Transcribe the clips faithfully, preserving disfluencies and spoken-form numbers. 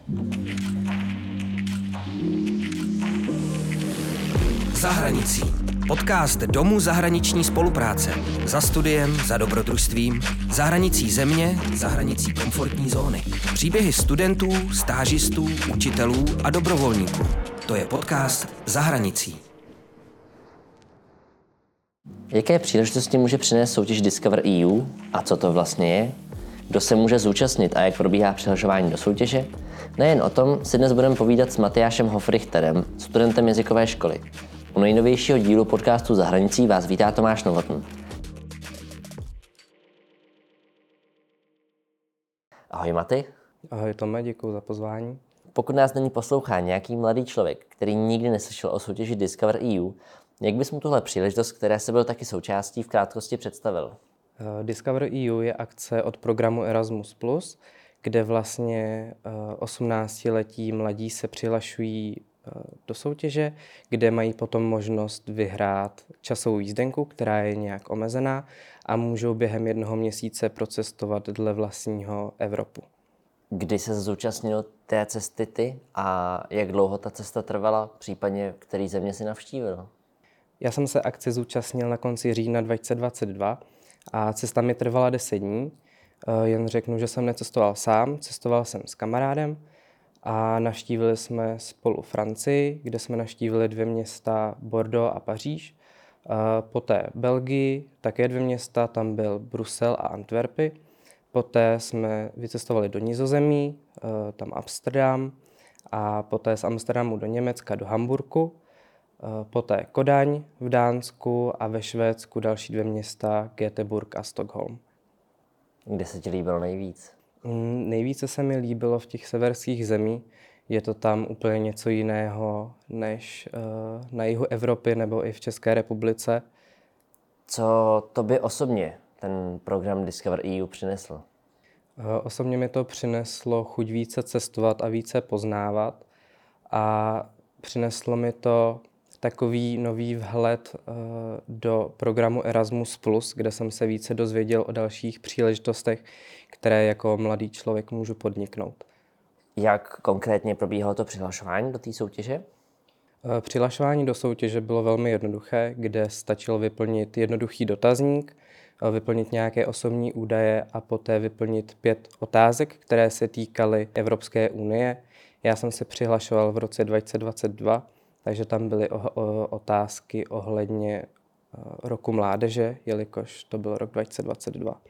Za hranicí. Podcast Domu zahraniční spolupráce. Za studiem, za dobrodružstvím, za hranicí země, za hranicí komfortní zóny. Příběhy studentů, stážistů, učitelů a dobrovolníků. To je podcast Za hranicí. Jaké příležitosti může přinést soutěž Discover E U a co to vlastně je? Kdo se může zúčastnit a jak probíhá přihlašování do soutěže? Nejen o tom si dnes budeme povídat s Matyášem Hofrichterem, studentem jazykové školy. U nejnovějšího dílu podcastu Za hranicí vás vítá Tomáš Novotný. Ahoj Maty. Ahoj Tome, děkuji za pozvání. Pokud nás nyní poslouchá nějaký mladý člověk, který nikdy neslyšel o soutěži Discover E U, jak bys mu tuhle příležitost, které se byl taky součástí, v krátkosti představil? Discover E U je akce od programu Erasmus plus, kde vlastně osmnáctiletí mladí se přihlašují do soutěže, kde mají potom možnost vyhrát časovou jízdenku, která je nějak omezená a můžou během jednoho měsíce procestovat dle vlastního Evropu. Kdy se zúčastnil té cesty ty a jak dlouho ta cesta trvala, případně který země si navštívil? Já jsem se akce zúčastnil na konci října dva tisíce dvacet dva a cesta mi trvala deset dní. Jen řeknu, že jsem necestoval sám, cestoval jsem s kamarádem a navštívili jsme spolu Francii, kde jsme navštívili dvě města Bordeaux a Paříž. Poté Belgii, také dvě města, tam byl Brusel a Antwerpy. Poté jsme vycestovali do Nizozemí, tam Amsterdam, a poté z Amsterdamu do Německa, do Hamburku. Poté Kodaň v Dánsku a ve Švédsku další dvě města, Göteborg a Stockholm. Kde se ti líbilo nejvíc? Nejvíce se mi líbilo v těch severských zemí. Je to tam úplně něco jiného než uh, na jihu Evropy nebo i v České republice. Co tobě osobně ten program Discover E U přinesl? Uh, osobně mi to přineslo chuť více cestovat a více poznávat. A přineslo mi to takový nový vhled uh, do programu Erasmus plus, kde jsem se více dozvěděl o dalších příležitostech, které jako mladý člověk můžu podniknout. Jak konkrétně probíhalo to přihlašování do té soutěže? Uh, přihlašování do soutěže bylo velmi jednoduché, kde stačilo vyplnit jednoduchý dotazník, uh, vyplnit nějaké osobní údaje a poté vyplnit pět otázek, které se týkaly Evropské unie. Já jsem se přihlašoval v roce dva tisíce dvacet dva, takže tam byly o, o, otázky ohledně o, roku mládeže, jelikož to byl rok dva tisíce dvacet dva.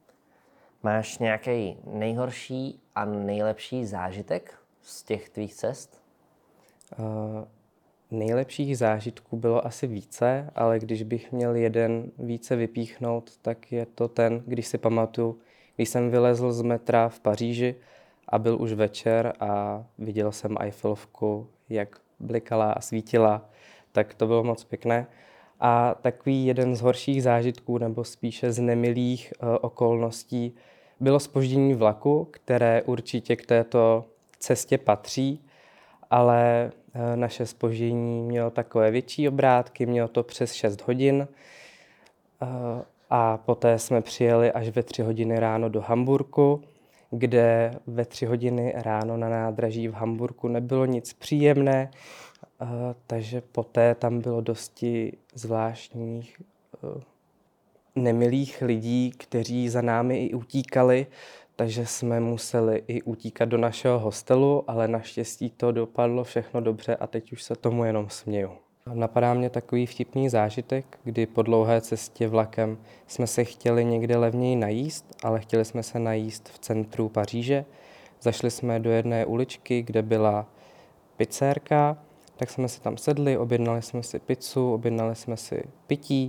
Máš nějaký nejhorší a nejlepší zážitek z těch tvých cest? Uh, nejlepších zážitků bylo asi více, ale když bych měl jeden více vypíchnout, tak je to ten, když si pamatuju, když jsem vylezl z metra v Paříži a byl už večer a viděl jsem Eiffelovku, jak blikala a svítila, tak to bylo moc pěkné. A takový jeden z horších zážitků, nebo spíše z nemilých uh, okolností, bylo zpoždění vlaku, které určitě k této cestě patří, ale uh, naše zpoždění mělo takové větší obrátky, mělo to přes šest hodin uh, a poté jsme přijeli až ve tři hodiny ráno do Hamburku, kde ve tři hodiny ráno na nádraží v Hamburku nebylo nic příjemné, uh, takže poté tam bylo dosti zvláštních uh, nemilých lidí, kteří za námi i utíkali, takže jsme museli i utíkat do našeho hostelu, ale naštěstí to dopadlo všechno dobře a teď už se tomu jenom směju. Napadá mě takový vtipný zážitek, kdy po dlouhé cestě vlakem jsme se chtěli někde levněji najíst, ale chtěli jsme se najíst v centru Paříže. Zašli jsme do jedné uličky, kde byla pizzérka, tak jsme si tam sedli, objednali jsme si pizzu, objednali jsme si pití,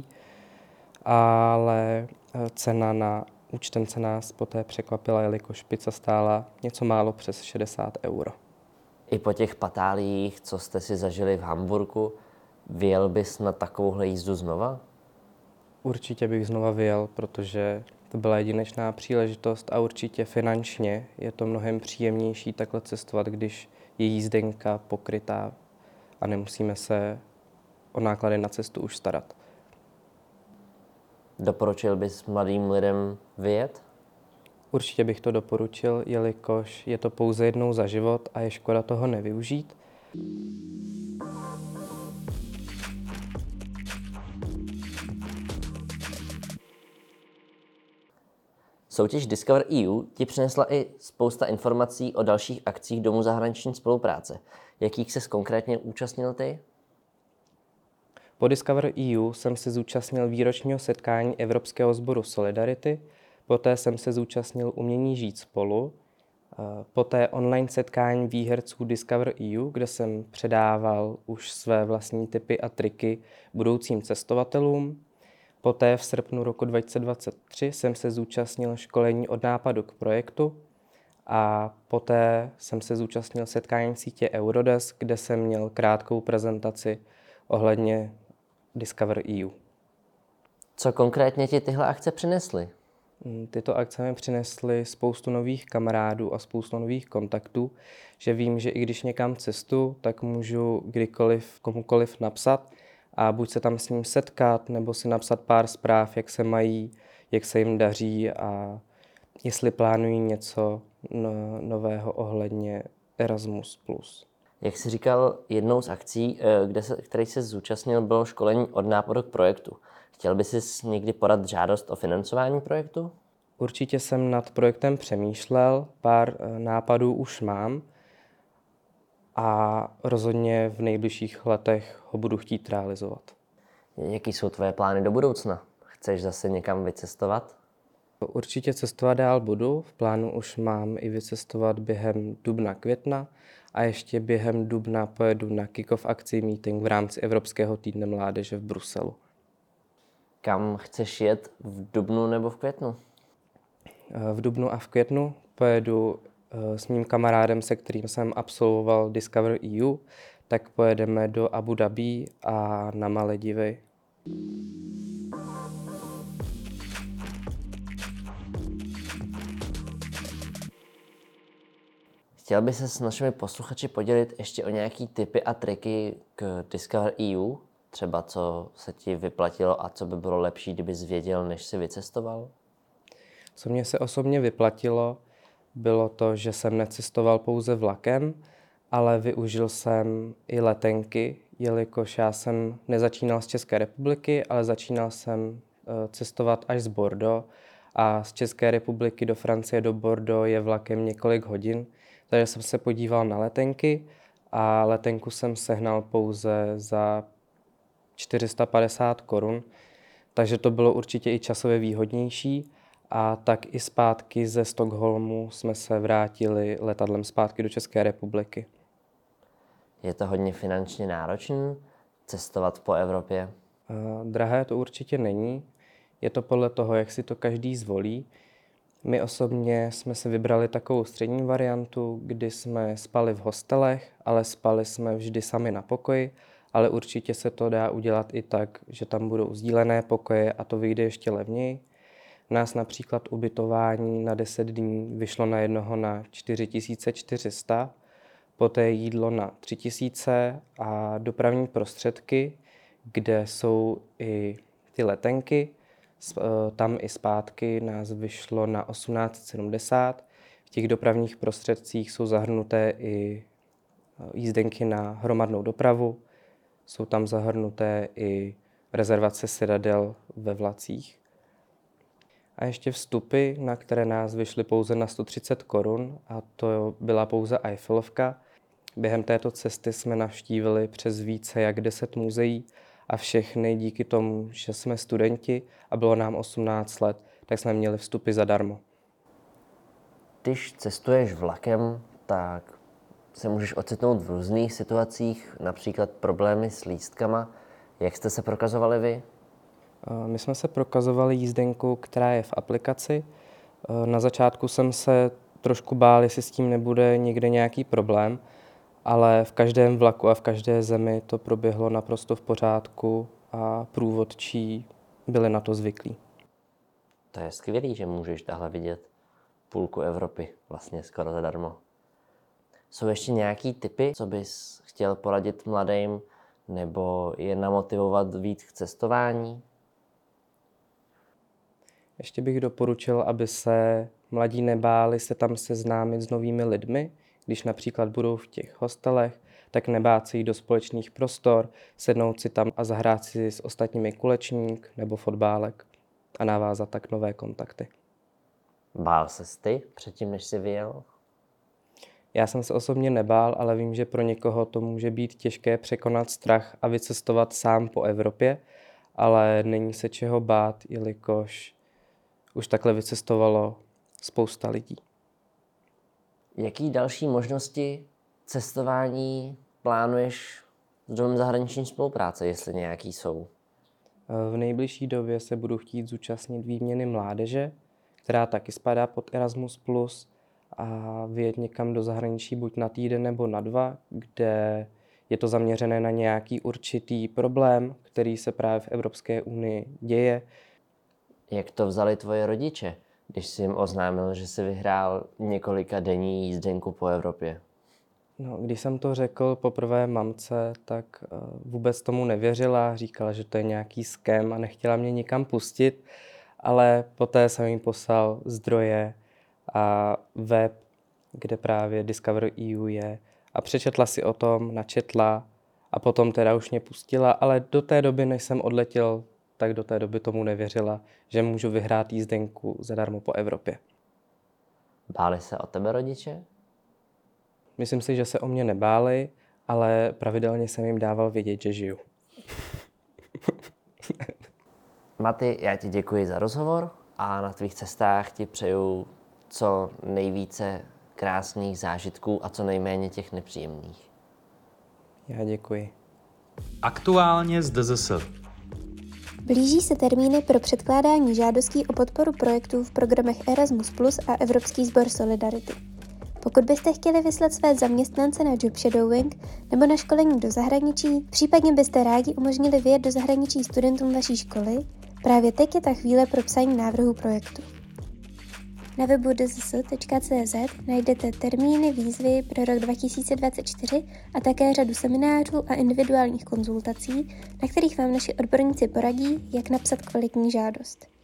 ale cena na účtence nás poté překvapila, jelikož pizza stála něco málo přes šedesát euro. I po těch patáliích, co jste si zažili v Hamburku, vyjel bys na takovouhle jízdu znova? Určitě bych znova vyjel, protože to byla jedinečná příležitost a určitě finančně je to mnohem příjemnější takhle cestovat, když je jízdenka pokrytá a nemusíme se o náklady na cestu už starat. Doporučil bys mladým lidem vyjet? Určitě bych to doporučil, jelikož je to pouze jednou za život a je škoda toho nevyužít. Soutěž Discover E U ti přinesla i spousta informací o dalších akcích Domu zahraniční spolupráce. Jakých ses konkrétně účastnil ty? Po Discover E U jsem se zúčastnil výročního setkání Evropského sboru Solidarity, poté jsem se zúčastnil Umění žít spolu, poté online setkání výherců Discover E U, kde jsem předával už své vlastní tipy a triky budoucím cestovatelům. Poté v srpnu roku dva tisíce dvacet tři jsem se zúčastnil školení od nápadu k projektu a poté jsem se zúčastnil setkání sítě Eurodesk, kde jsem měl krátkou prezentaci ohledně Discover E U. Co konkrétně ti tyhle akce přinesly? Tyto akce mi přinesly spoustu nových kamarádů a spoustu nových kontaktů, že vím, že i když někam cestu, tak můžu kdykoliv komukoliv napsat a buď se tam s ním setkat, nebo si napsat pár zpráv, jak se mají, jak se jim daří a jestli plánují něco no, nového ohledně Erasmus plus. Jak jsi říkal, jednou z akcí, kde se, který se zúčastnil, bylo školení od nápadu k projektu. Chtěl by si někdy podat žádost o financování projektu? Určitě jsem nad projektem přemýšlel, pár nápadů už mám a rozhodně v nejbližších letech ho budu chtít realizovat. Jaký jsou tvoje plány do budoucna? Chceš zase někam vycestovat? Určitě cestovat dál budu. V plánu už mám i vycestovat během dubna, května a ještě během dubna pojedu na kick-off akci meeting v rámci Evropského týdne mládeže v Bruselu. Kam chceš jet v dubnu nebo v květnu? V dubnu a v květnu pojedu s mým kamarádem, se kterým jsem absolvoval Discover E U, tak pojedeme do Abu Dhabi a na Maledivy. Chtěl bych se s našimi posluchači podělit ještě o nějaký tipy a triky k Discover E U? Třeba co se ti vyplatilo a co by bylo lepší, kdybys věděl, než si vycestoval? Co mě se osobně vyplatilo, bylo to, že jsem necestoval pouze vlakem, ale využil jsem i letenky, jelikož já jsem nezačínal z České republiky, ale začínal jsem cestovat až z Bordeaux a z České republiky do Francie do Bordeaux je vlakem několik hodin, takže jsem se podíval na letenky a letenku jsem sehnal pouze za čtyři sta padesát korun, takže to bylo určitě i časově výhodnější. A tak i zpátky ze Stockholmu jsme se vrátili letadlem zpátky do České republiky. Je to hodně finančně náročné cestovat po Evropě? Drahé to určitě není. Je to podle toho, jak si to každý zvolí. My osobně jsme si vybrali takovou střední variantu, kdy jsme spali v hostelech, ale spali jsme vždy sami na pokoji, ale určitě se to dá udělat i tak, že tam budou sdílené pokoje a to vyjde ještě levněji. Nás například ubytování na deset dní vyšlo na jednoho na čtyři tisíce čtyři sta, poté jídlo na tři tisíce a dopravní prostředky, kde jsou i ty letenky, tam i zpátky nás vyšlo na osmnáct set sedmdesát. V těch dopravních prostředcích jsou zahrnuté i jízdenky na hromadnou dopravu, jsou tam zahrnuté i rezervace sedadel ve vlacích. A ještě vstupy, na které nás vyšly pouze na sto třicet korun, a to byla pouze Eiffelovka. Během této cesty jsme navštívili přes více jak deset muzeí a všechny díky tomu, že jsme studenti a bylo nám osmnáct let, tak jsme měli vstupy zadarmo. Když cestuješ vlakem, tak se můžeš ocitnout v různých situacích, například problémy s lístkama. Jak jste se prokazovali vy? My jsme se prokazovali jízdenkou, která je v aplikaci. Na začátku jsem se trošku bál, jestli s tím nebude někde nějaký problém, ale v každém vlaku a v každé zemi to proběhlo naprosto v pořádku a průvodčí byli na to zvyklí. To je skvělý, že můžeš tahle vidět půlku Evropy vlastně skoro zadarmo. Jsou ještě nějaký tipy, co bys chtěl poradit mladým nebo je namotivovat víc k cestování? Ještě bych doporučil, aby se mladí nebáli se tam seznámit s novými lidmi, když například budou v těch hostelech, tak nebát se jít do společných prostor, sednout si tam a zahrát si s ostatními kulečník nebo fotbálek a navázat tak nové kontakty. Bál ses ty předtím, než jsi vyjel? Já jsem se osobně nebál, ale vím, že pro někoho to může být těžké překonat strach a vycestovat sám po Evropě, ale není se čeho bát, jelikož už takhle vycestovalo spousta lidí. Jaký další možnosti cestování plánuješ s Domem zahraniční spolupráce, jestli nějaký jsou? V nejbližší době se budu chtít zúčastnit výměny mládeže, která taky spadá pod Erasmus plus, a vyjet někam do zahraničí buď na týden nebo na dva, kde je to zaměřené na nějaký určitý problém, který se právě v Evropské unii děje. Jak to vzali tvoje rodiče, když jsi jim oznámil, že jsi vyhrál několika denní jízdenku po Evropě? No, když jsem to řekl poprvé mamce, tak uh, vůbec tomu nevěřila, říkala, že to je nějaký scam a nechtěla mě nikam pustit, ale poté jsem jim poslal zdroje a web, kde právě Discover E U je, a přečetla si o tom, načetla a potom teda už mě pustila, ale do té doby, než jsem odletěl, tak do té doby tomu nevěřila, že můžu vyhrát jízdenku zadarmo po Evropě. Báli se o tebe rodiče? Myslím si, že se o mě nebáli, ale pravidelně jsem jim dával vědět, že žiju. Maty, já ti děkuji za rozhovor a na tvých cestách ti přeju co nejvíce krásných zážitků a co nejméně těch nepříjemných. Já děkuji. Aktuálně z D Z S. Blíží se termíny pro předkládání žádostí o podporu projektů v programech Erasmus plus a Evropský sbor Solidarity. Pokud byste chtěli vyslat své zaměstnance na job shadowing nebo na školení do zahraničí, případně byste rádi umožnili vyjet do zahraničí studentům vaší školy, právě teď je ta chvíle pro psaní návrhu projektu. Na webu d z s tečka c z najdete termíny výzvy pro rok dva tisíce dvacet čtyři a také řadu seminářů a individuálních konzultací, na kterých vám naši odborníci poradí, jak napsat kvalitní žádost.